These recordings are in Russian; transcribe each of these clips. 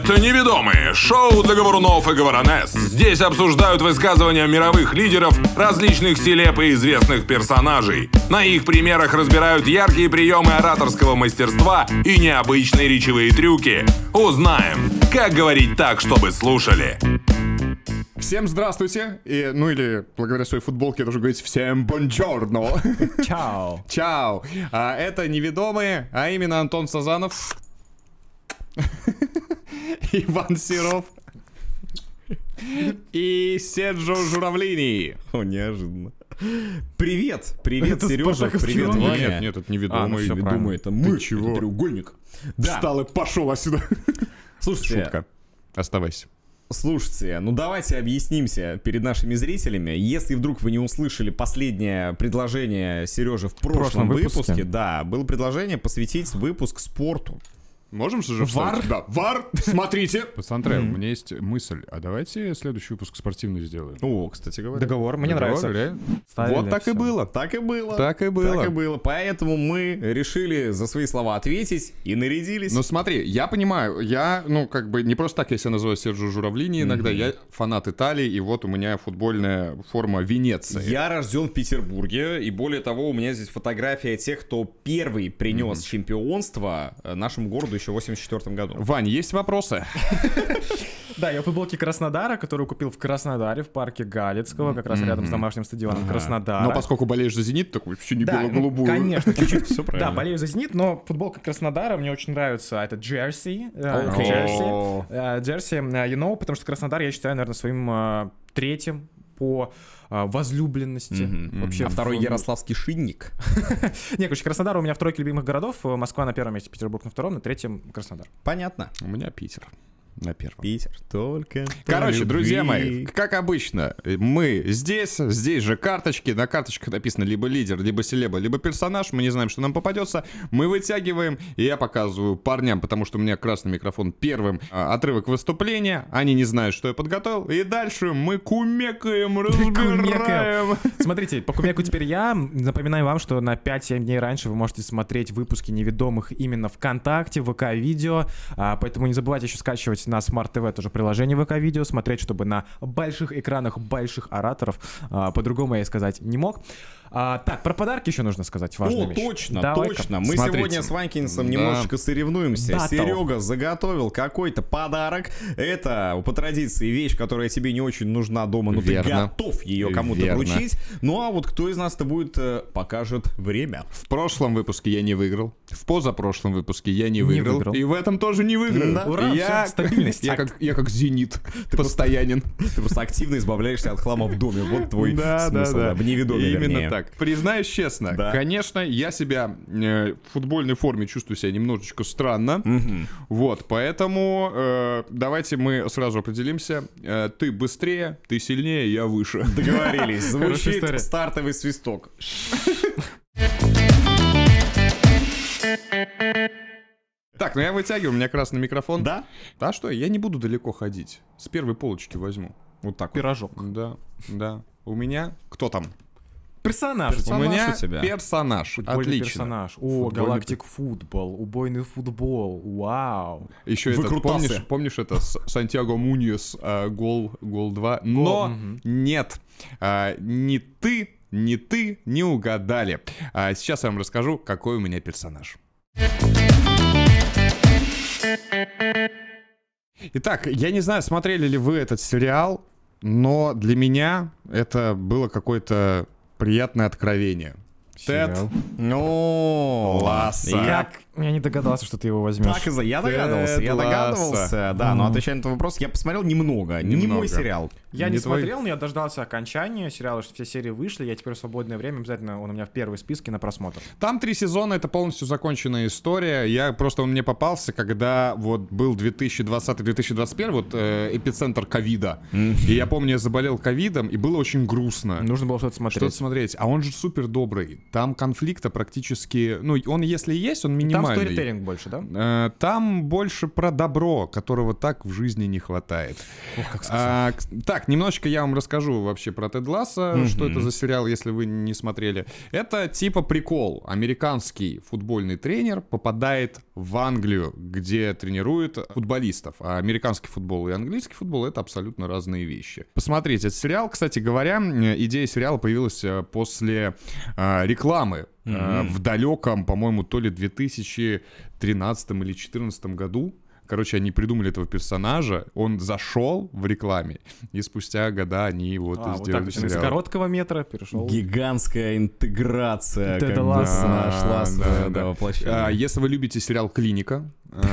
Это «Неведомые» — шоу для говорунов и говоронесс. Здесь обсуждают высказывания мировых лидеров, различных селеб и известных персонажей. На их примерах разбирают яркие приемы ораторского мастерства и необычные речевые трюки. Узнаем, как говорить так, чтобы слушали. Всем здравствуйте, или благодаря своей футболке я должен говорить всем бонджорно. Чао. Чао. Это «Неведомые», а именно Антон Сазанов, Иван Серов и Серджо Журавлини. О, неожиданно. Привет, Сережа, привет, Нет, Ваня. нет, это «Неведомые». Неведомые, это мы, чего? это треугольник. Да. Встал и пошел отсюда. Слушайте, Шутка. Оставайся. Слушайте, давайте объяснимся перед нашими зрителями. Если вдруг вы не услышали последнее предложение Сережи в прошлом выпуске, да, было предложение посвятить выпуск спорту. Можем же Вар? встать? Да, Вар, смотрите. Пацаны, у меня есть мысль. А давайте следующий выпуск спортивный сделаем. О, кстати говоря. Договор, мне нравится. Реально? Вот так и было. Так и было. Так и было. Так и было. Поэтому мы решили за свои слова ответить и нарядились. Ну смотри, я понимаю, не просто так я себя называю Серджо Журавлини иногда, я фанат Италии, и вот у меня футбольная форма Венеции. Я рожден в Петербурге, и более того, у меня здесь фотография тех, кто первый принес чемпионство нашему городу еще в 84 году. Вань, есть вопросы? Да, я в футболке Краснодара, которую купил в Краснодаре, в парке Галицкого, как раз рядом с домашним стадионом Краснодара. Но поскольку болеешь за «Зенит», такой все не Да, бело-голубую. конечно, чуть-чуть. Все правильно. Да, болею за «Зенит», но футболка Краснодара мне очень нравится. Это джерси. Джерси, потому что Краснодар я считаю, наверное, своим третьим по возлюбленности. Вообще, второй Ярославский Шинник. Не, короче, Краснодар у меня в тройке любимых городов. Москва на первом месте, Петербург на втором, на третьем Краснодар. Понятно. У меня Питер на первом. Питер только. Короче, друзья мои, как обычно, мы здесь же карточки, на карточках написано либо лидер, либо селеба, либо персонаж, мы не знаем, что нам попадется, мы вытягиваем, и я показываю парням, потому что у меня красный микрофон, первым отрывок выступления, они не знают, что я подготовил, и дальше мы кумекаем, разбираем. Смотрите, по кумеку теперь я. Напоминаю вам, что на 5-7 дней раньше вы можете смотреть выпуски «Неведомых» именно ВКонтакте, ВК-видео, поэтому не забывайте еще скачивать на Smart TV тоже приложение ВК-видео, смотреть, чтобы на больших экранах больших ораторов, по-другому я и сказать не мог. Так, про подарки еще нужно сказать важную вещь. Точно, Давай-ка. точно. Мы Смотрите. сегодня с Ванькинсом немножечко соревнуемся. Battle. Серега заготовил какой-то подарок. Это, по традиции, вещь, которая тебе не очень нужна дома, но Верно. ты готов ее кому-то Верно. вручить. Ну а вот кто из нас-то будет, покажет время. В прошлом выпуске я не выиграл, в позапрошлом выпуске я не выиграл, и в этом тоже не выиграл. Да. Ура, я, всё, стабильность. я как «Зенит», постоянен. Ты просто активно избавляешься от хлама в доме. Вот твой Да, смысл. да. В неведоме, Именно вернее. так. Признаюсь честно, Да. конечно, я себя в футбольной форме чувствую себя немножечко странно. Вот, поэтому давайте мы сразу определимся. Ты быстрее, ты сильнее, я выше. Договорились. Хорошая Звучит история. стартовый свисток. Так, я вытягиваю, у меня красный микрофон. Да? А что, я не буду далеко ходить. С первой полочки возьму. Вот так вот. Пирожок. Да. У меня... Кто там? Персонаж. Персонаж. У меня у тебя. персонаж. Футбольный Отлично. персонаж. О, Футбольный Галактик Футбол, убойный футбол. Вау. Еще этот, Выкрутасы. помнишь это, Сантьяго Муньес, гол 2. Но нет, ни ты не угадали. Сейчас я вам расскажу, какой у меня персонаж. Итак, я не знаю, смотрели ли вы этот сериал, но для меня это было какое-то приятное откровение. Тед Ну, Лассо. Я не догадался, что ты его возьмешь. Так и я догадывался, Тед Лассо. да, но отвечая на этот вопрос, я посмотрел немного, не Немного. мой сериал. Я не Не твой. смотрел, но я дождался окончания сериала, что все серии вышли. Я теперь в свободное время обязательно, он у меня в первой списке на просмотр. Там 3 сезона, это полностью законченная история. Он мне попался, когда вот был 2020-2021, вот эпицентр ковида. И я помню, я заболел ковидом, и было очень грустно. Нужно было что-то смотреть. Что-то смотреть. А он же супер добрый. Там конфликта практически... Ну, он если и есть, он минимальный. нормальный. Там сторителлинг больше, да? Там больше про добро, которого так в жизни не хватает. Ох, как сказать. Так, немножечко я вам расскажу вообще про Тед Лассо, что это за сериал, если вы не смотрели. Это типа прикол. Американский футбольный тренер попадает в Англию, где тренирует футболистов. А американский футбол и английский футбол — это абсолютно разные вещи. Посмотрите этот сериал. Кстати говоря, идея сериала появилась после рекламы в далеком, по-моему, то ли 2013 или 2014 году. Короче, они придумали этого персонажа, он зашел в рекламе, и спустя года они вот сделали сериал. Из короткого метра перешел. Гигантская интеграция. Теда Лассо нашла свое воплощение. Если вы любите сериал «Клиника»,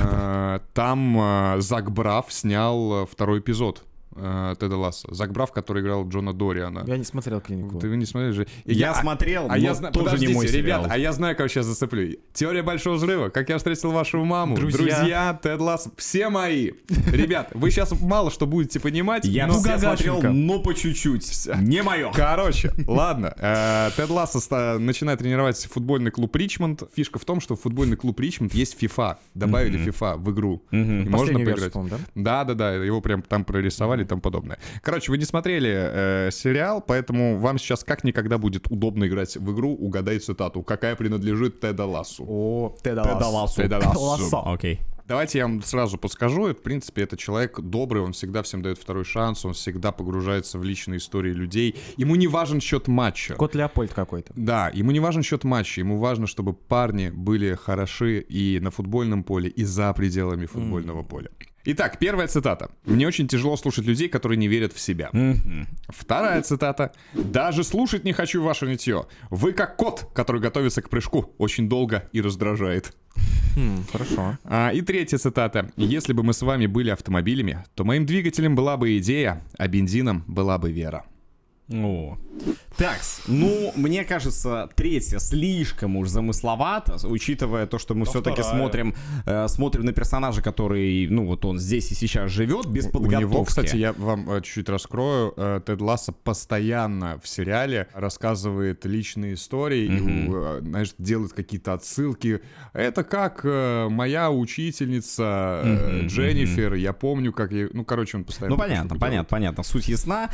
там Зак Брафф снял второй эпизод Теда Лассо. Зак Брафф, который играл Джона Дориана. Я не смотрел «Клинику». Ты не смотрел же? Я смотрел, но тоже не мой сериал. Ребят, я знаю, как сейчас зацеплю. «Теория большого взрыва», «Как я встретил вашу маму», «Друзья», Тед Лассо, все мои. Ребят, вы сейчас мало что будете понимать. Я все смотрел, но по чуть-чуть. Не мое. Короче, ладно. Тед Лассо начинает тренировать футбольный клуб «Ричмонд». Фишка в том, что в футбольный клуб «Ричмонд» есть FIFA. Добавили FIFA в игру. И можно поиграть. Да, его прям там прорисовали и тому подобное. Короче, вы не смотрели сериал, поэтому вам сейчас как никогда будет удобно играть в игру «Угадай цитату», какая принадлежит Теда Лассу. О, Теда Лассо. Окей. Давайте я вам сразу подскажу. В принципе, это человек добрый, он всегда всем дает второй шанс, он всегда погружается в личные истории людей. Ему не важен счет матча. Кот Леопольд какой-то. Да, ему не важен счет матча, ему важно, чтобы парни были хороши и на футбольном поле, и за пределами футбольного поля. Итак, первая цитата. «Мне очень тяжело слушать людей, которые не верят в себя». Вторая цитата. «Даже слушать не хочу ваше нытье. Вы как кот, который готовится к прыжку. Очень долго и раздражает». Хорошо. И третья цитата. «Если бы мы с вами были автомобилями, то моим двигателем была бы идея, а бензином была бы вера». О. Такс, мне кажется, третья слишком уж замысловато, учитывая то, что мы все-таки смотрим на персонажа, который, он здесь и сейчас живет, без подготовки. У него, кстати, я вам чуть-чуть раскрою, Тед Лассо постоянно в сериале рассказывает личные истории, и, знаешь, делает какие-то отсылки. Это как моя учительница Дженнифер, я помню, как я... он постоянно... понятно, суть ясна.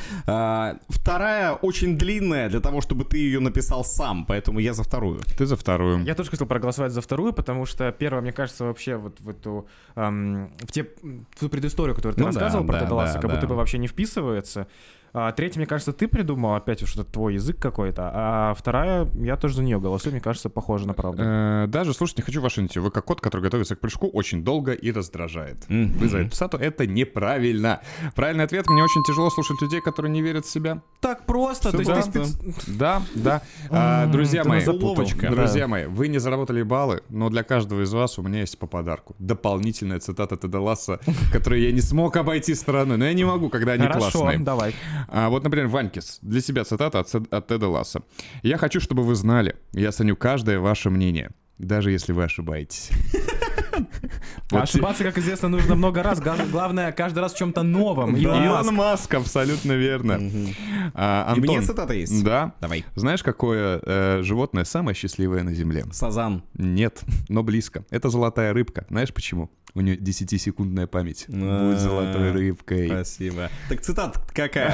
Вторая очень длинная для того, чтобы ты ее написал сам, поэтому я за вторую. Ты за вторую. Я тоже хотел проголосовать за вторую, потому что первая, мне кажется, вообще вот в эту ту предысторию, которую ты рассказывал про Теда Лассо, как будто бы вообще не вписывается. Третья, мне кажется, ты придумал, опять уж это твой язык какой-то, а вторая, я тоже за нее голосую, мне кажется, похоже на правду. Даже слушать не хочу ваше нытье. Вы как кот, который готовится к прыжку, очень долго и раздражает. Вы за эту цитату, это неправильно. Правильный ответ: мне очень тяжело слушать людей, которые не верят в себя. Так просто? То есть ты Да. Друзья мои, вы не заработали баллы, но для каждого из вас у меня есть по подарку. Дополнительная цитата Теда Лассо, которую я не смог обойти стороной, но я не могу, когда они классные. Хорошо, давай. Вот, например, Ванькис. Для себя цитата от Теда Лассо. «Я хочу, чтобы вы знали, я ценю каждое ваше мнение, даже если вы ошибаетесь». Ошибаться, как известно, нужно много раз. Главное, каждый раз в чем-то новом. Илон Маск, абсолютно верно. Антон, и мне цитата есть? Да. Давай. Знаешь, какое животное самое счастливое на Земле? Сазан. Нет, но близко. Это золотая рыбка. Знаешь почему? У нее 10-секундная память. Будь золотой рыбкой. Спасибо. Так цитата какая?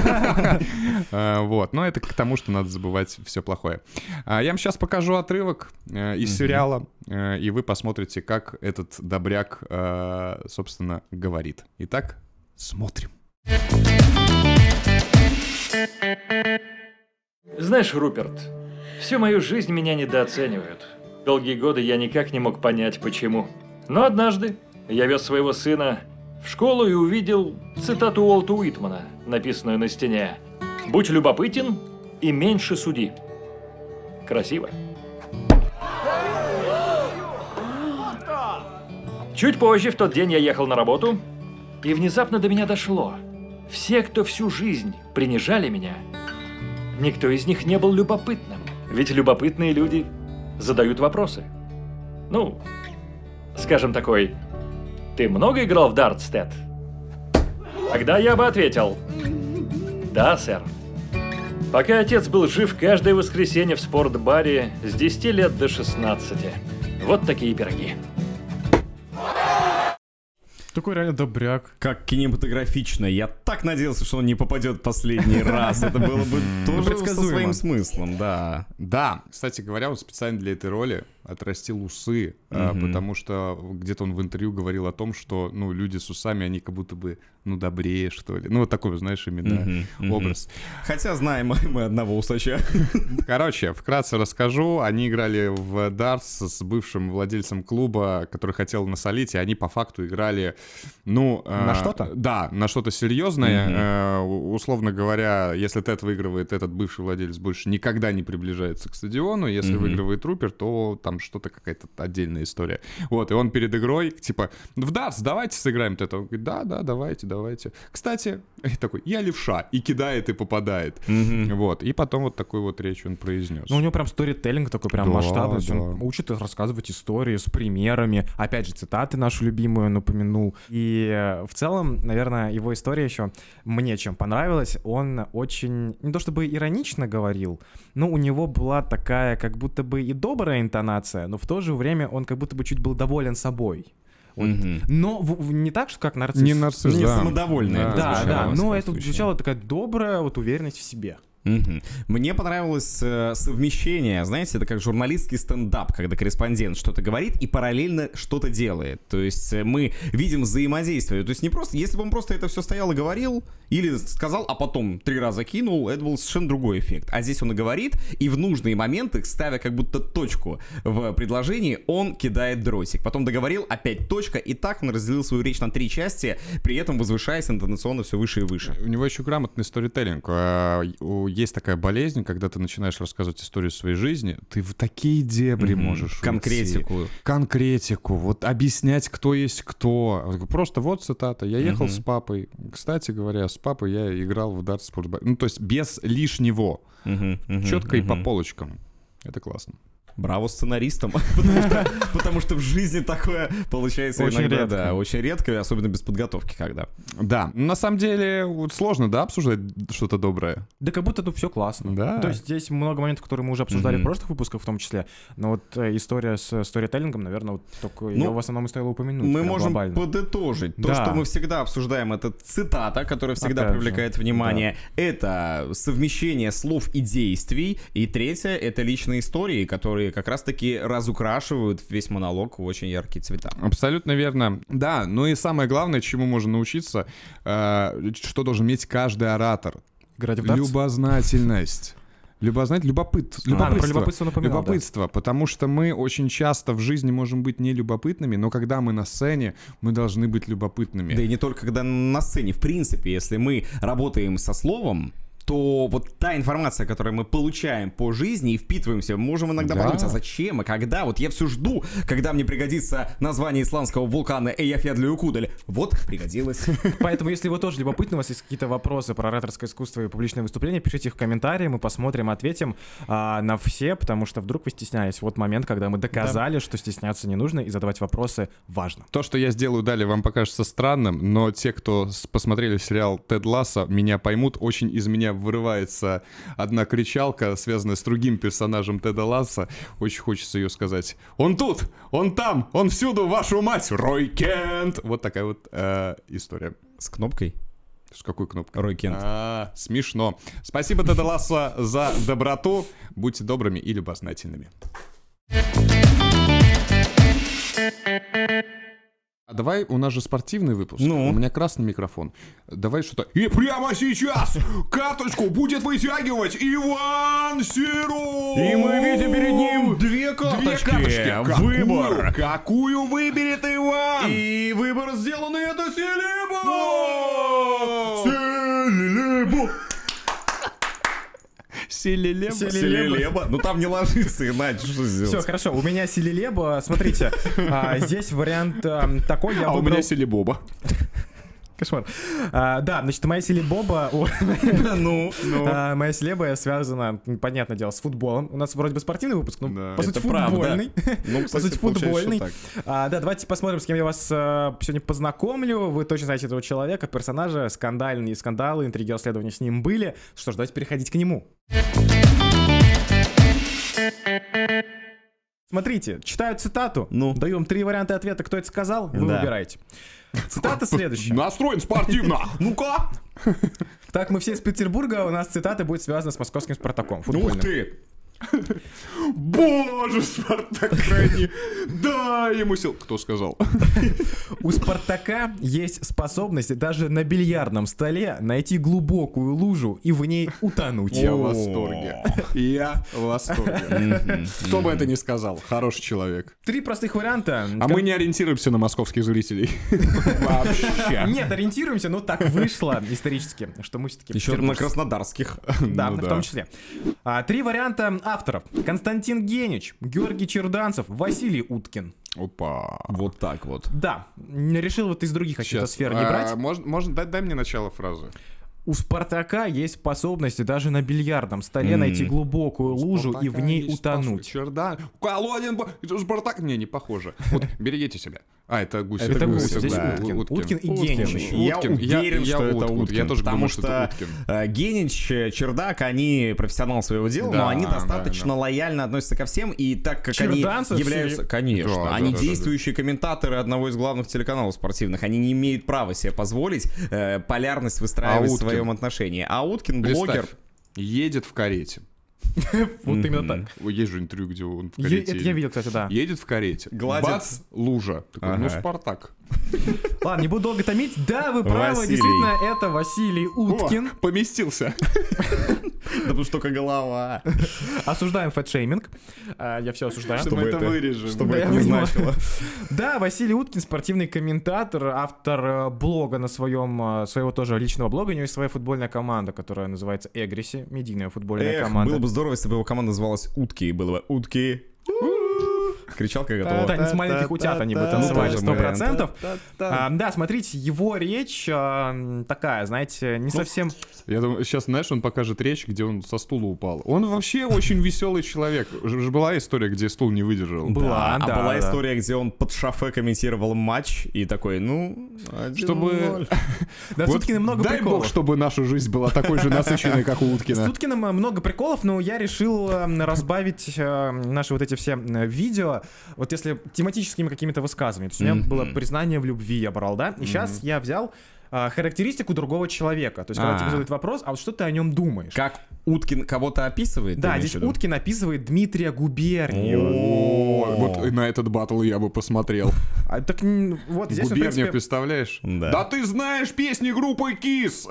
Вот, но это к тому, что надо забывать все плохое. Я вам сейчас покажу отрывок из сериала, и вы посмотрите, как этот добряк, собственно, говорит. Итак, смотрим. Знаешь, Руперт, всю мою жизнь меня недооценивают. Долгие годы я никак не мог понять, почему. Но однажды я вез своего сына в школу и увидел цитату Уолта Уитмана, написанную на стене: «Будь любопытен и меньше суди». Красиво. Чуть позже, в тот день, я ехал на работу, и внезапно до меня дошло. Все, кто всю жизнь принижали меня, никто из них не был любопытным. Ведь любопытные люди задают вопросы. Скажем такой: «Ты много играл в дартс, Тед?» Тогда я бы ответил: «Да, сэр». Пока отец был жив, каждое воскресенье в спортбаре с 10 лет до 16. Вот такие пироги. Такой реально добряк. Как кинематографично. Я так надеялся, что он не попадет последний раз. Это было бы тоже со своим смыслом, да. Да, кстати говоря, он специально для этой роли отрастил усы, потому что где-то он в интервью говорил о том, что, ну, люди с усами, они как будто бы, ну, добрее, что ли. Ну, вот такой, знаешь, именно образ. Хотя знаем мы одного усача. Короче, вкратце расскажу. Они играли в дартс с бывшим владельцем клуба, который хотел насолить, и они по факту играли, ну... На что-то? Да, на что-то серьезное. Условно говоря, если Тед выигрывает, этот бывший владелец больше никогда не приближается к стадиону. Если выигрывает Рупер, то там что-то, какая-то отдельная история. Вот, и он перед игрой, типа, в дартс давайте сыграем это. Он говорит, да, давайте. Кстати, такой, я левша, и кидает, и попадает. Вот, и потом вот такую вот речь он произнес. Ну, у него прям сторителлинг такой прям Да, масштабный. да. Он учит рассказывать истории с примерами. Опять же, цитаты нашу любимую он упомянул. И в целом, наверное, его история еще мне чем понравилась. Он очень, не то чтобы иронично говорил, но у него была такая как будто бы и добрая интонация, но в то же время он как будто бы чуть был доволен собой. Вот. Но не так, что как нарцисс. Не нарцисс, Не да. самодовольный. Да, но в это случае. звучала такая добрая вот уверенность в себе. Мне понравилось совмещение, знаете, это как журналистский стендап, когда корреспондент что-то говорит и параллельно что-то делает. То есть мы видим взаимодействие. То есть не просто, если бы он просто это все стоял и говорил, или сказал, а потом 3 раза кинул, это был совершенно другой эффект. А здесь он и говорит, и в нужные моменты, ставя как будто точку в предложении, он кидает дротик. Потом договорил, опять точка, и так он разделил свою речь на 3 части, при этом возвышаясь интонационно все выше и выше. У него еще грамотный сторителлинг. Есть такая болезнь, когда ты начинаешь рассказывать историю своей жизни, ты в такие дебри можешь Конкретику. Конкретику. Вот объяснять, кто есть кто. Просто вот цитата. Я ехал с папой. Кстати говоря, с папой я играл в дартс-спортбол. Ну, то есть без лишнего. Четко и по полочкам. Это классно. Браво сценаристам, потому что в жизни такое получается Очень иногда, редко. да, очень редко, особенно без подготовки, когда. Да, на самом деле вот сложно, да, обсуждать что-то доброе. Да как будто тут все классно. Да. То есть здесь много моментов, которые мы уже обсуждали в прошлых выпусках в том числе. Но вот история с сторителлингом, наверное, вот только ее в основном и стоило упомянуть. Мы прям можем глобально. подытожить. То, Да. что мы всегда обсуждаем, это цитата, которая всегда Опять же, привлекает внимание. Это совмещение слов и действий. И третье — это личные истории, которые как раз-таки разукрашивают весь монолог в очень яркие цвета. Абсолютно верно. Да, ну и самое главное, чему можно научиться, что должен иметь каждый оратор. Играть в дартс? Любознательность. Любопытство. про любопытство напоминал, Любопытство, потому что мы очень часто в жизни можем быть нелюбопытными, но когда мы на сцене, мы должны быть любопытными. Да и не только когда на сцене. В принципе, если мы работаем со словом, то вот та информация, которую мы получаем по жизни и впитываемся, можем иногда подумать, а зачем и когда? Вот я все жду, когда мне пригодится название исландского вулкана Эйяфьядлюкудель. Вот, пригодилось. Поэтому, если вы тоже любопытны, у вас есть какие-то вопросы про ораторское искусство и публичное выступление, пишите их в комментарии, мы посмотрим, ответим на все, потому что вдруг вы стесняетесь. Вот момент, когда мы доказали, что стесняться не нужно и задавать вопросы важно. То, что я сделаю далее, вам покажется странным, но те, кто посмотрели сериал «Тед Лассо», меня поймут. Очень из меня вырывается одна кричалка, связанная с другим персонажем Теда Лассо. Очень хочется ее сказать. Он тут! Он там! Он всюду! Вашу мать! Рой Кент! Вот такая вот история. С кнопкой? С какой кнопкой? Рой Кент. Смешно. Спасибо, Теда Лассо, за доброту. Будьте добрыми и любознательными. А давай, у нас же спортивный выпуск. Ну? У меня красный микрофон. Давай что-то... И прямо сейчас карточку будет вытягивать Иван Серов! И мы видим перед ним две карточки. Выбор. Какую выберет Иван? И выбор сделан, и это Селебо! Селелеба. Селелеба. Ну там не ложится, иначе что сделать? Все, хорошо, у меня Селелеба. Смотрите, здесь вариант такой. Я А у выбрал... меня Селебоба. Кошмар. Да, значит, моя селебоба... Моя селеба связана, понятное дело, с футболом. У нас вроде бы спортивный выпуск, но Да, по сути это правда. футбольный. Ну, По сути, футбольный. так. Да, давайте посмотрим, с кем я вас сегодня познакомлю. Вы точно знаете этого человека, персонажа. Скандальные скандалы, интриги, расследования с ним были. Что ж, давайте переходить к нему. Смотрите, читаю цитату, Ну. даем 3 варианта ответа, кто это сказал, вы Да. выбираете. Цитата следующая. Настроен спортивно. Ну-ка. Так, мы все из Петербурга, у нас цитата будет связана с московским «Спартаком» футбольным. Ух ты. Боже, Спартак крайне. Дай ему сил. Кто сказал? У «Спартака» есть способность даже на бильярдном столе найти глубокую лужу и в ней утонуть. Я в восторге. Я в восторге. Кто бы это ни сказал, хороший человек. 3 простых варианта. А мы не ориентируемся на московских зрителей. Вообще. Нет, ориентируемся, но так вышло исторически, что мы все-таки Еще на краснодарских. Да, Ну в да. том числе. 3 варианта авторов. Константин Генич, Георгий Черданцев, Василий Уткин. Опа. Вот так вот. Да, решил вот из других каких-то сфер не брать. Можно дай мне начало фразы. У «Спартака» есть способность даже на бильярдном столе найти глубокую лужу и в ней утонуть. Чердан. Колодин. Спартак. Не похоже. Вот, берегите себя. Это гусь. Это гусь, здесь да. Уткин и Генич. Я Уткин. уверен, что это Уткин. Я тоже потому думаю, что что это Уткин. Генич, Чердак, они профессионалы своего дела, Да, но они да, достаточно лояльно относятся ко всем, и так как Черданцев они являются... серьезно? Конечно, Да, они да, действующие комментаторы одного из главных телеканалов спортивных, они не имеют права себе позволить полярность выстраивать в Уткин? своем отношении. А Уткин блогер... Представь, едет в карете. Вот именно так. Есть же интервью, где он в карете. Это я видел, кстати, да. Едет в карете. Гладит. Бац, лужа. Такой, ну, Ага. Спартак. Ладно, не буду долго томить. Да, вы правы, Василий. действительно, это Василий Уткин. О, поместился. Да потому что только голова. Осуждаем фэтшейминг. Я все осуждаю. Что мы это вырежем. Чтобы Да, это я не понимаю. значило. Да, Василий Уткин, спортивный комментатор, автор блога на своего тоже личного блога. У него есть своя футбольная команда, которая называется Эгриси, медийная футбольная Эх, команда. было бы здорово, если бы его команда называлась Утки, и было бы Утки. Кричал как это. Да, не с маленьких утят они бы танцевали, 100%. Да, смотрите, его речь такая, знаете, не совсем... Я думаю, сейчас, знаешь, он покажет речь, где он со стула упал. Он вообще очень веселый человек. Же была история, где стул не выдержал. Была, А да, была да. история, где он под шофе комментировал матч и такой, ну, 1-0. Чтобы... Да, с Вот Уткиным много дай приколов. бог, чтобы наша жизнь была такой же насыщенной, как у С Уткина. Уткиным много приколов, но я решил разбавить наши вот эти все видео, вот если тематическими какими-то высказываниями. То есть у меня было признание в любви, я брал, да? И сейчас я взял характеристику другого человека. То есть когда тебе задают вопрос, а вот что ты о нем думаешь? Как Уткин кого-то описывает? Да, ты имеешь здесь в виду? Уткин описывает Дмитрия Губерниева. О, вот на этот батл я бы посмотрел. Вот здесь, в Губерниев, принципе, представляешь? Да. Да ты знаешь песни группы Kiss!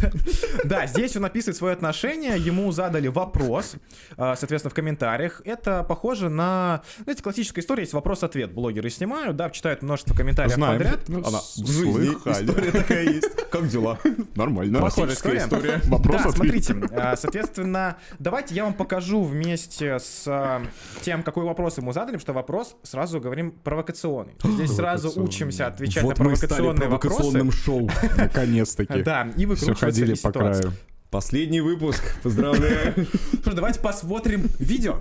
да, здесь он описывает свои отношения, ему задали вопрос, соответственно, в комментариях. Это похоже на, знаете, классическая история, есть вопрос-ответ. Блогеры снимают, да, читают множество комментариев подряд. Она В жизни история такая есть. Как дела? Нормально. Похожая история. Вопрос Да, смотрите, соответственно, давайте я вам покажу вместе с тем, какой вопрос ему задали, потому что вопрос, сразу говорим, провокационный. Здесь сразу учимся отвечать на Вот мы стали провокационные вопросы. провокационным шоу. Наконец-таки. Да, и Все выкручиваться ходили из по ситуации. краю. Последний выпуск. Поздравляю. Что ж, давайте посмотрим видео.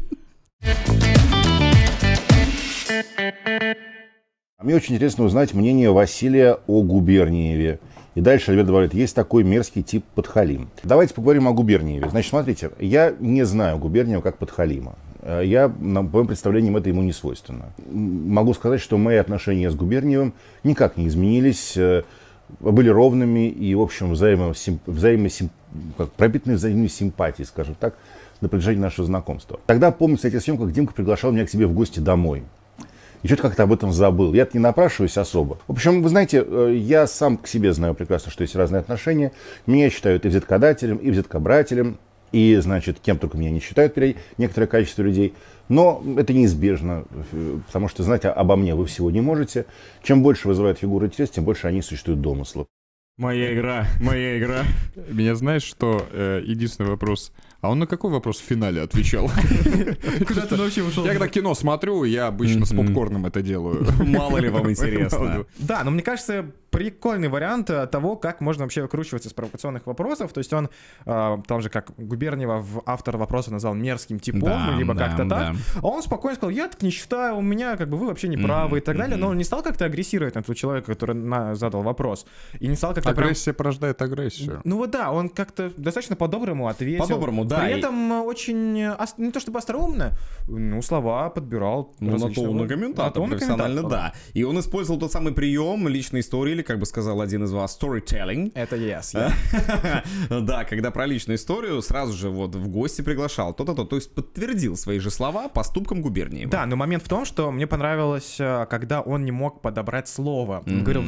Мне очень интересно узнать мнение Василия о Губерниеве. И дальше Альберт добавляет, есть такой мерзкий тип подхалим. Давайте поговорим о Губерниеве. Значит, смотрите, я не знаю Губерниева как подхалима. Я, на моем представлении, это ему не свойственно. Могу сказать, что мои отношения с Губерниевым никак не изменились, были ровными и, в общем, пропитанные взаимной симпатией, скажем так, на протяжении нашего знакомства. Тогда, помню, кстати, съемку, как Димка приглашал меня к себе в гости домой. И что-то как-то об этом забыл. Я-то не напрашиваюсь особо. В общем, вы знаете, я сам к себе знаю прекрасно, что есть разные отношения. Меня считают и взяткодателем, и взяткобрателем. И, значит, кем только меня не считают некоторое количество людей. Но это неизбежно, потому что знать обо мне вы всего не можете. Чем больше вызывают фигуры интерес, тем больше они существуют домыслов. Моя игра. Меня знаешь, что единственный вопрос... А он на какой вопрос в финале отвечал? Куда ты вообще ушел? Я когда кино смотрю, я обычно с попкорном это делаю. Мало ли вам интересно. Да, но мне кажется, прикольный вариант того, как можно вообще выкручиваться из провокационных вопросов. То есть он, там же как Губерниева автор вопроса назвал мерзким типом, либо как-то так. А он спокойно сказал, я так не считаю, у меня как бы вы вообще не правы и так далее. Но он не стал как-то агрессировать на того человека, который задал вопрос. И не стал как-то агрессия порождает агрессию. Ну вот да, он как-то достаточно по-доброму ответил. По-доброму, да. При этом очень, не то чтобы остроумно, слова подбирал. На то он и комментатор, профессионально, да. И он использовал тот самый прием личной истории, или, как бы сказал один из вас, storytelling. Это yes. Да, когда про личную историю сразу же вот в гости приглашал то-то, то есть подтвердил свои же слова поступком Губерниева. Да, но момент в том, что мне понравилось, когда он не мог подобрать слово. Он говорил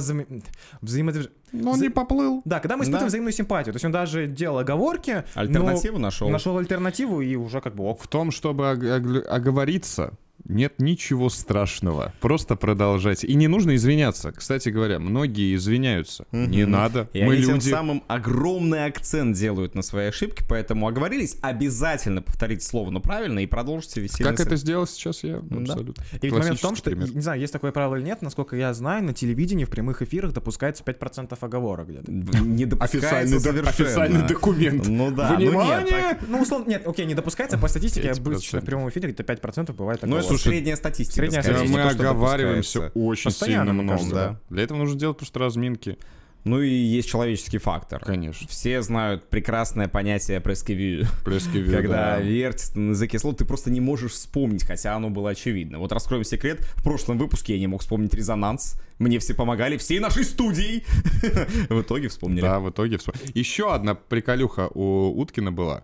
Но он не поплыл. Да, когда мы испытываем взаимную симпатию. То есть он даже делал оговорки. Альтернативу нашел. Нашел альтернативу и уже как бы ок. В том, чтобы оговориться, нет ничего страшного. Просто продолжайте. И не нужно извиняться. Кстати говоря, многие извиняются. Не надо. И они тем самым огромный акцент делают на свои ошибки, поэтому оговорились, обязательно повторите слово, но правильно, и продолжите веселье. Как это сделать сейчас, я абсолютно. И момент в том, что, не знаю, есть такое правило или нет, насколько я знаю, на телевидении в прямых эфирах допускается 5% оговорок где-то. Не допускается совершенно. Официальный документ. Ну да. Внимание! Ну, условно, нет, окей, не допускается, по статистике обычно в прямом эфире где-то 5% бывает оговорок. Ну, это средняя статистика. Мы оговариваемся очень сильно много. Да. Для этого нужно делать просто разминки. Ну и есть человеческий фактор. Конечно. Все знают прекрасное понятие пресс-кивью. да. Когда вертится на языке слов, ты просто не можешь вспомнить, хотя оно было очевидно. Вот раскроем секрет. В прошлом выпуске я не мог вспомнить резонанс. Мне все помогали, всей нашей студии. В итоге вспомнили. Да, в итоге вспомнили. Еще одна приколюха у Уткина была.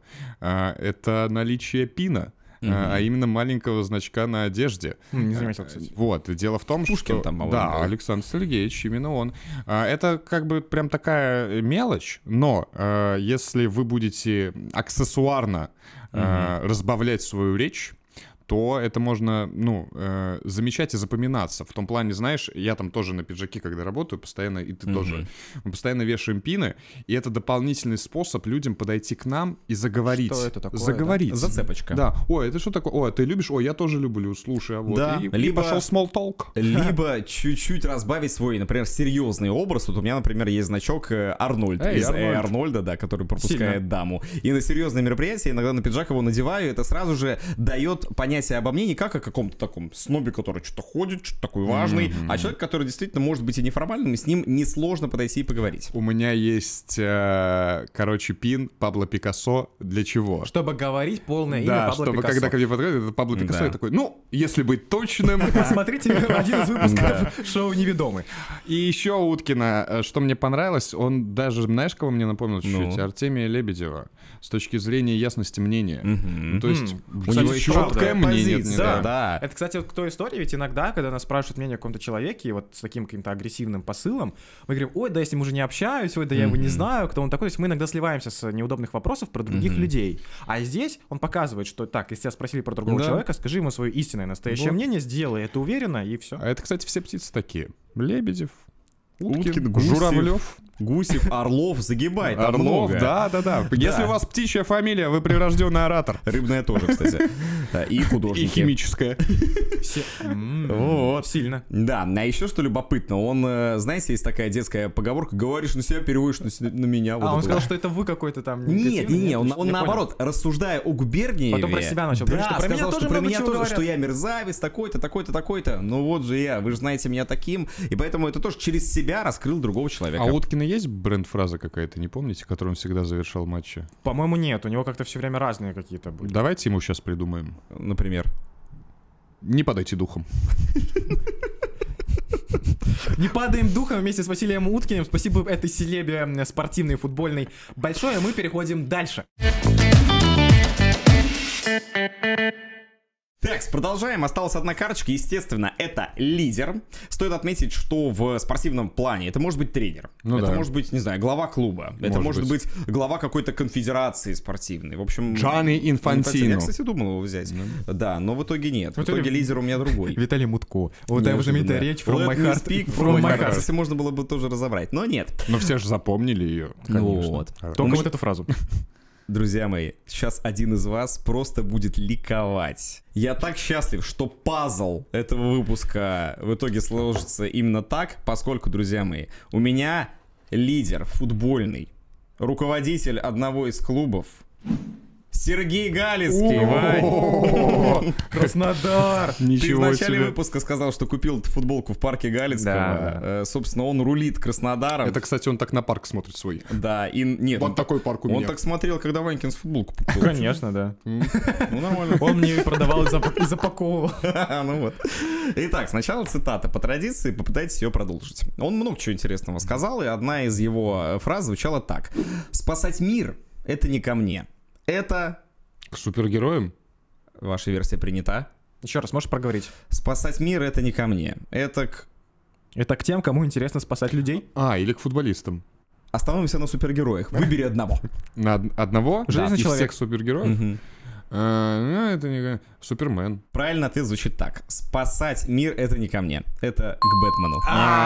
Это наличие пина. А именно маленького значка на одежде. Не заметил, кстати. Вот, дело в том, Пушкин что... там, по-моему, да, был. Александр Сергеевич, именно он. Это как бы прям такая мелочь, но если вы будете аксессуарно разбавлять свою речь, то это можно, замечать и запоминаться. В том плане, знаешь, я там тоже на пиджаке, когда работаю, постоянно, и ты тоже, мы постоянно вешаем пины, и это дополнительный способ людям подойти к нам и заговорить. Что это такое? Заговорить. Зацепочка. Да. Ой, это что такое? Ой, ты любишь? Ой, я тоже люблю. Слушай, а вот. Да. И Либо пошел small talk. Либо чуть-чуть разбавить свой, например, серьезный образ. Вот у меня, например, есть значок Арнольд из Арнольда, да, который пропускает даму. И на серьезное мероприятие иногда на пиджак его надеваю, и это сразу же дает понятие обо мне не как о каком-то таком снобе, который что-то ходит, что-то такой важный, а человек, который действительно может быть и неформальным, и с ним несложно подойти и поговорить. У меня есть, пин Пабло Пикассо. Для чего? Чтобы говорить полное имя Да, Пабло чтобы Пикассо. когда ко мне подходит, это Пабло Пикассо, Да. я такой, если быть точным. Смотрите один из выпусков шоу «Неведомый». И еще Уткина, что мне понравилось, он даже, знаешь, кого мне напомнил чуть-чуть? Артемия Лебедева. С точки зрения ясности мнения. То есть у него четкое мнение. Да. Это, кстати, вот к той истории, ведь иногда, когда нас спрашивают мнение о каком-то человеке, и вот с таким каким-то агрессивным посылом, мы говорим, ой, да я с ним уже не общаюсь, ой, да я его не знаю, кто он такой. То есть мы иногда сливаемся с неудобных вопросов про других людей. А здесь он показывает, что так, если тебя спросили про другого человека, скажи ему свое истинное, настоящее мнение, сделай это уверенно, и все. А это, кстати, все птицы такие. Лебедев, Уткин, Гусев, Журавлев. Гусев, Орлов, загибай, там Орлов, много. да. Если у вас птичья фамилия, вы прирожденный оратор. Рыбная тоже, кстати. Да, и художники. И химическая. Вот. Сильно. Да, а еще что любопытно, он, знаете, есть такая детская поговорка, говоришь на себя, переводишь на меня. Вот он это сказал, вот. что это вы какой-то там Нет, негативный, он наоборот, рассуждая о Губерниеве. Потом про себя начал говорить, да, что про меня сказал, тоже что про много меня чего тоже, говорят. что я мерзавец, такой-то, такой-то, такой-то. Ну вот же я, вы же знаете меня таким. И поэтому это тоже через себя раскрыл другого человека. А у Уткина есть бренд-фраза какая-то, не помните, которую он всегда завершал матчи? По-моему, нет, у него как-то все время разные какие-то были. Давайте ему сейчас придумаем. Например. Не падайте духом. Не падаем духом вместе с Василием Уткиным. Спасибо этой селебе спортивной, футбольной большое. Мы переходим дальше. Так, продолжаем. Осталась одна карточка. Естественно, это лидер. Стоит отметить, что в спортивном плане это может быть тренер. Это может быть, не знаю, глава клуба. Это может быть глава какой-то конфедерации спортивной. В общем... Джанни Инфантино. Я, кстати, думал его взять. Да, но в итоге нет. В итоге лидер у меня другой. Виталий Мутко. Вот его знаменитая речь From my heart. From my heart. Кстати, можно было бы тоже разобрать. Но нет. Но все же запомнили ее. Вот. Только вот эту фразу. Друзья мои, сейчас один из вас просто будет ликовать. Я так счастлив, что пазл этого выпуска в итоге сложится именно так, поскольку, друзья мои, у меня лидер футбольный, руководитель одного из клубов, Сергей Галицкий. Вань. Краснодар! Ты в начале выпуска сказал, что купил эту футболку в парке Галицкого. Да. Собственно, он рулит Краснодаром. Это, кстати, он так на парк смотрит свой. Да, и нет. Вот такой парк у меня. Он так смотрел, когда Ванькин футболку покупал. Конечно, да. Ну, нормально. Он мне ее продавал и запаковывал. Ну вот. Итак, сначала цитата. По традиции попытайтесь ее продолжить. Он много чего интересного сказал, и одна из его фраз звучала так. «Спасать мир — это не ко мне. Это...» К супергероям? Ваша версия принята. Еще раз, можешь проговорить? «Спасать мир — это не ко мне. Это к...» Это к тем, кому интересно спасать людей? Или к футболистам. Остановимся на супергероях. Выбери одного. На одного? Железный Из человек. всех супергероев? Мгм. Это не... Супермен. Правильный ответ звучит так. «Спасать мир — это не ко мне. Это к Бэтмену».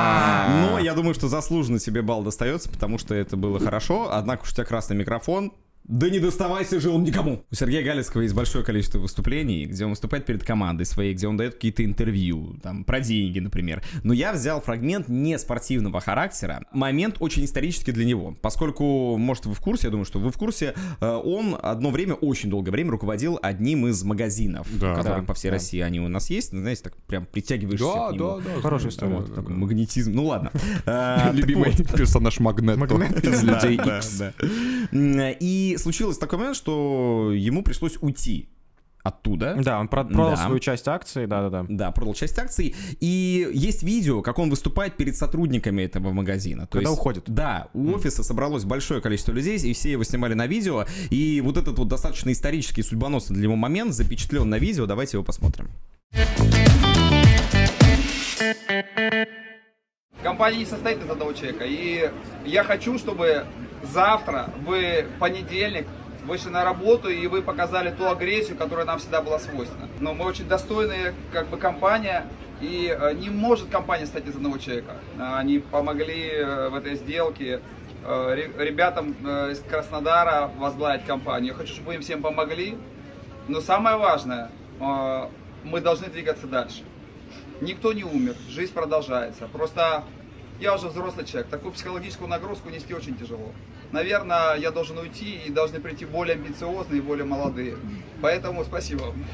Но я думаю, что заслуженно тебе балл достается, потому что это было хорошо. Однако уж у тебя красный микрофон. Да не доставайся же он никому. У Сергея Галицкого есть большое количество выступлений, где он выступает перед командой своей, где он дает какие-то интервью, там, про деньги, например. Но я взял фрагмент не спортивного характера. Момент очень исторический для него, поскольку, может, вы в курсе, я думаю, что вы в курсе, он одно время, очень долгое время руководил одним из магазинов, Да. которые Да, по всей да. России они у нас есть. Знаете, так прям притягиваешься к нему. Хорошая история. Вот, такой магнетизм. Ну ладно. Любимый персонаж Магнето из Людей Да, Икс. да. И случилось такой момент, что ему пришлось уйти оттуда. Да, он продал Да. свою часть акций, да-да-да. Да, продал часть акций. И есть видео, как он выступает перед сотрудниками этого магазина. То Когда есть, уходит. Да, у офиса собралось большое количество людей, и все его снимали на видео. И вот этот вот достаточно исторический, судьбоносный для него момент запечатлен на видео. Давайте его посмотрим. Компания не состоит из одного человека. И я хочу, чтобы завтра, в понедельник, вышли на работу и вы показали ту агрессию, которая нам всегда была свойственна. Но мы очень достойная компания, и не может компания стать из одного человека. Они помогли в этой сделке ребятам из Краснодара возглавить компанию. Я хочу, чтобы вы им всем помогли. Но самое важное, мы должны двигаться дальше. Никто не умер, жизнь продолжается. Просто я уже взрослый человек, такую психологическую нагрузку нести очень тяжело. Наверное, я должен уйти и должны прийти более амбициозные и более молодые. Поэтому спасибо вам.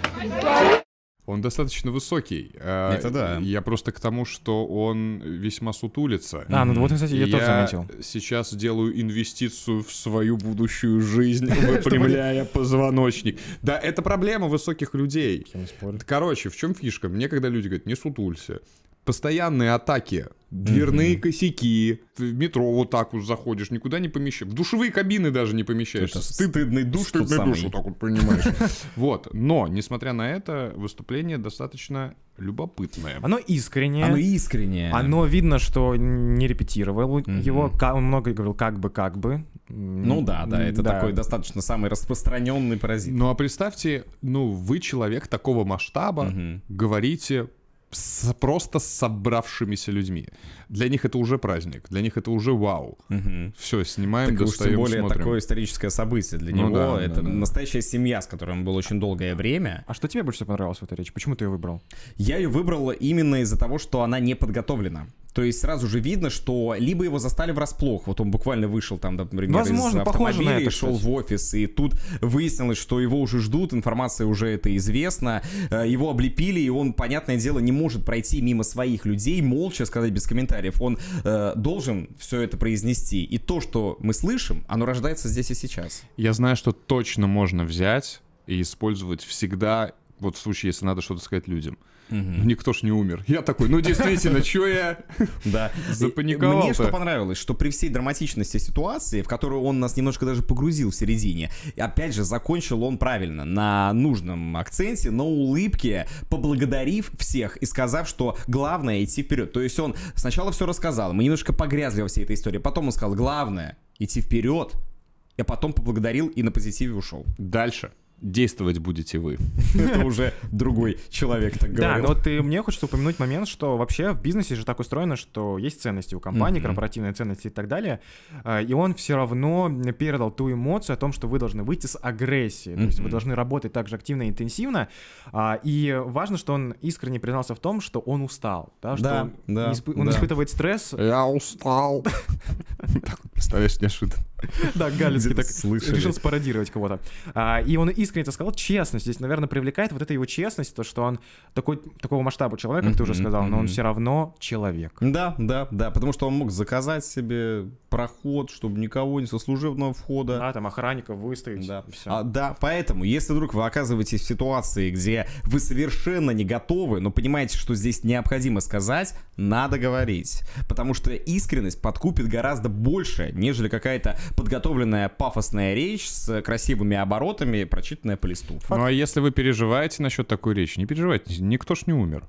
Он достаточно высокий. Это да. Я просто к тому, что он весьма сутулится. Ну вот, кстати, я тоже заметил. Сейчас делаю инвестицию в свою будущую жизнь, выпрямляя позвоночник. Да, это проблема высоких людей. Короче, в чем фишка? Мне когда люди говорят, не сутулься. Постоянные атаки, дверные косяки, в метро вот так вот заходишь, никуда не помещаешь. В душевые кабины даже не помещаешься. Это стыдный душ тот Стыдный душ, самый. вот так вот, понимаешь. Вот, но, несмотря на это, выступление достаточно любопытное. Оно искреннее. Оно искреннее. Оно видно, что не репетировал его. Он много говорил как бы. Ну да, это такой достаточно самый распространенный паразит. Ну а представьте, вы человек такого масштаба, говорите просто с собравшимися людьми. Для них это уже праздник, для них это уже вау. Все, снимаем, Так уж достаем, тем более смотрим. такое историческое событие для Ну него. да, Это да. настоящая семья, с которой он был очень долгое время. А что тебе больше всего понравилось в этой речи? Почему ты ее выбрал? Я ее выбрал именно из-за того, что она не подготовлена. То есть сразу же видно, что либо его застали врасплох. Вот он буквально вышел там, например, Возможно, из похоже на автомобиля и это, шел кстати. в офис. И тут выяснилось, что его уже ждут, информация уже это известна. Его облепили, и он, понятное дело, не может пройти мимо своих людей, молча сказать без комментариев. Он должен все это произнести. И то, что мы слышим, оно рождается здесь и сейчас. Я знаю, что точно можно взять и использовать всегда, вот в случае, если надо что-то сказать людям. Никто ж не умер. Я такой, действительно, чё я Да. запаниковал-то? Мне что понравилось, что при всей драматичности ситуации, в которую он нас немножко даже погрузил в середине, и опять же закончил он правильно, на нужном акценте, на улыбке, поблагодарив всех и сказав, что главное идти вперед. То есть он сначала все рассказал, мы немножко погрязли во всей этой истории, потом он сказал, главное идти вперед, а потом поблагодарил и на позитиве ушел. Дальше. действовать будете вы. Это уже другой человек так Да, говорил. но вот мне хочется упомянуть момент, что вообще в бизнесе же так устроено, что есть ценности у компании, корпоративные ценности и так далее, и он все равно передал ту эмоцию о том, что вы должны выйти с агрессией, то есть вы должны работать так же активно и интенсивно, и важно, что он искренне признался в том, что он устал, да, что он испытывает стресс. Я устал. Представляешь, неожиданно. Да, Галицкий так решил спародировать кого-то. И он искренне это сказал. Честность здесь, наверное, привлекает вот эта его честность, то, что он такого масштаба человек, как ты уже сказал, но он все равно человек. Да, потому что он мог заказать себе проход, чтобы никого не со служебного входа. Да, там охранников выставить. Да. И всё. Да, поэтому, если вдруг вы оказываетесь в ситуации, где вы совершенно не готовы, но понимаете, что здесь необходимо сказать, надо говорить. Потому что искренность подкупит гораздо больше, нежели какая-то подготовленная пафосная речь с красивыми оборотами, прочитанная по листу. Ну а если вы переживаете насчет такой речи, не переживайте, никто ж не умер.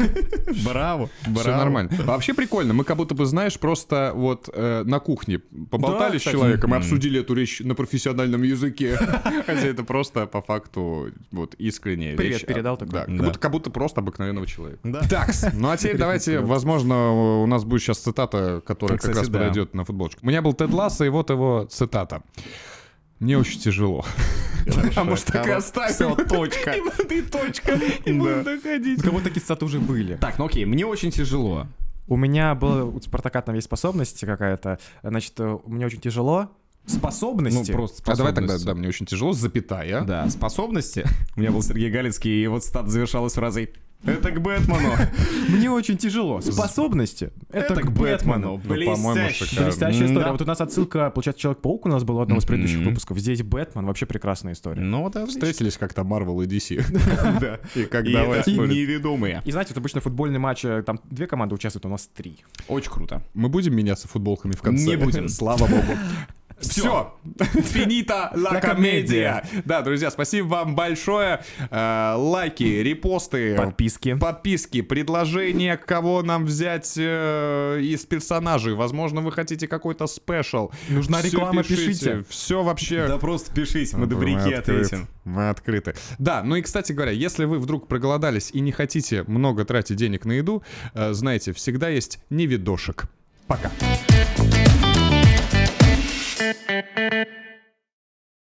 Браво. Все нормально. Вообще прикольно, мы как будто бы, знаешь, просто вот на кухне поболтали с человеком и обсудили эту речь на профессиональном языке. Хотя это просто по факту вот искренняя речь. Привет передал такой. Да, как будто просто обыкновенного человека. Да. Такс, ну а теперь давайте, возможно, у нас будет сейчас цитата, которая как раз подойдет на футболочку. У меня был Тед Лассо, и вот его цитата. Мне очень тяжело. А может, так и оставим? Все, точка. И точка. И будем доходить. У кого такие цитаты уже были. Так, ну окей, мне очень тяжело. У меня была у Спартака там есть способность какая-то. Значит, мне очень тяжело. Способности? Ну, просто А давай способности. тогда, да, мне очень тяжело, запятая. Да, способности. У меня был Сергей Галицкий, и вот цитата завершалась фразой «Это к Бэтмену». Мне очень тяжело. Способности? Это к Бэтмену. по-моему, шикарно. Блестящая история. Да. Вот у нас отсылка, получается, Человек-паук у нас был в одном из предыдущих выпусков. Здесь Бэтмен. Вообще прекрасная история. Ну, вот Встретились как-то Marvel и DC. да. И как И давай это спорить. неведомые. И знаете, вот обычно футбольный матч, там 2 команды участвуют, у нас 3. Очень круто. Мы будем меняться футболками в конце? Не будем. Слава богу. Все, финита ла комедия. Да, друзья, спасибо вам большое. Лайки, репосты, подписки, предложения, кого нам взять из персонажей. Возможно, вы хотите какой-то спешл. Нужна Всё реклама, пишите. Все вообще. Да просто пишите, мы добряки ответим. Мы открыты. Да, ну и, кстати говоря, если вы вдруг проголодались и не хотите много тратить денег на еду, знаете, всегда есть невидошек. Пока.